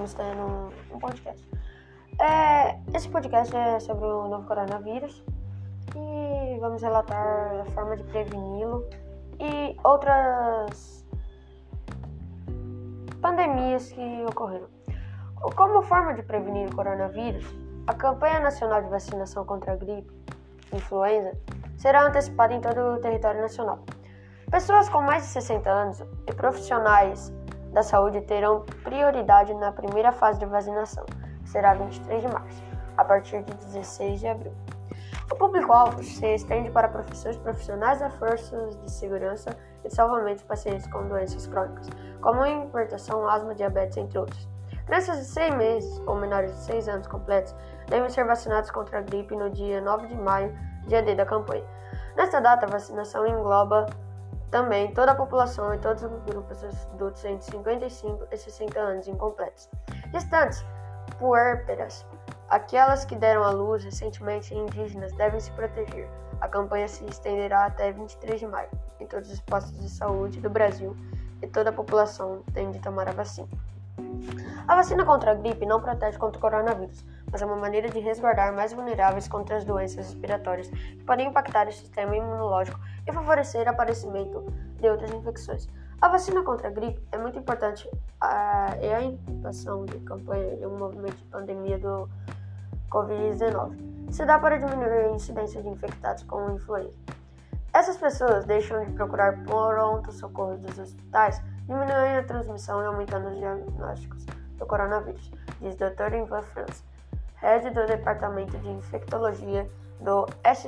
estamos tendo um podcast. Esse podcast é sobre o novo coronavírus e vamos relatar a forma de preveni-lo e outras pandemias que ocorreram. Como forma de prevenir o coronavírus, a campanha nacional de vacinação contra a gripe influenza será antecipada em todo o território nacional. Pessoas com mais de 60 anos e profissionais da saúde terão prioridade na primeira fase de vacinação, que será 23 de março, a partir de 16 de abril. O público-alvo se estende para profissionais das forças de segurança e de salvamento de pacientes com doenças crônicas, como hipertensão, asma, diabetes, entre outros. Crianças de 6 meses ou menores de 6 anos completos devem ser vacinadas contra a gripe no dia 9 de maio, dia D da campanha. Nesta data, a vacinação engloba também toda a população e todos os grupos adultos entre 55 e 60 anos incompletos. Gestantes, puérperas, aquelas que deram à luz recentemente e indígenas devem se proteger. A campanha se estenderá até 23 de maio em todos os postos de saúde do Brasil e toda a população tem de tomar a vacina. A vacina contra a gripe não protege contra o coronavírus, mas é uma maneira de resguardar mais vulneráveis contra as doenças respiratórias que podem impactar o sistema imunológico e favorecer o aparecimento de outras infecções. A vacina contra a gripe é muito importante e a implantação de campanha de um movimento de pandemia do Covid-19 se dá para diminuir a incidência de infectados com influenza. Essas pessoas deixam de procurar pronto-socorro dos hospitais, diminuindo a transmissão e aumentando os diagnósticos do coronavírus, diz Dr. Ivan França, head do Departamento de Infectologia do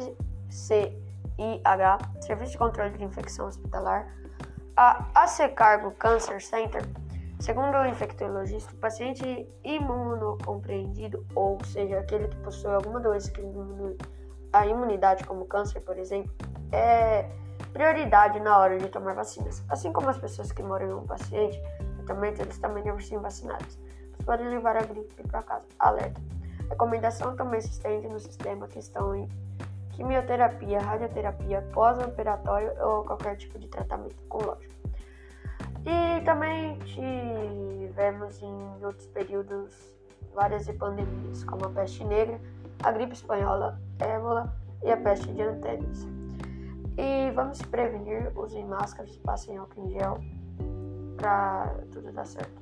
SCIH, Serviço de Controle de Infecção Hospitalar, a AC Cargo Cancer Center. Segundo o infectologista, o paciente imunocompreendido, ou seja, aquele que possui alguma doença que diminui a imunidade, como câncer, por exemplo, é prioridade na hora de tomar vacinas. Assim como as pessoas que moram em um paciente, eles também devem ser vacinados. Eles podem levar a gripe para casa. Alerta. A recomendação também se estende no sistema que estão em quimioterapia, radioterapia, pós-operatório ou qualquer tipo de tratamento oncológico. E também tivemos em outros períodos várias pandemias, como a peste negra, a gripe espanhola, ébola e a peste de Anthrax. E vamos se prevenir, usem máscaras, passem álcool em gel para tudo dar certo.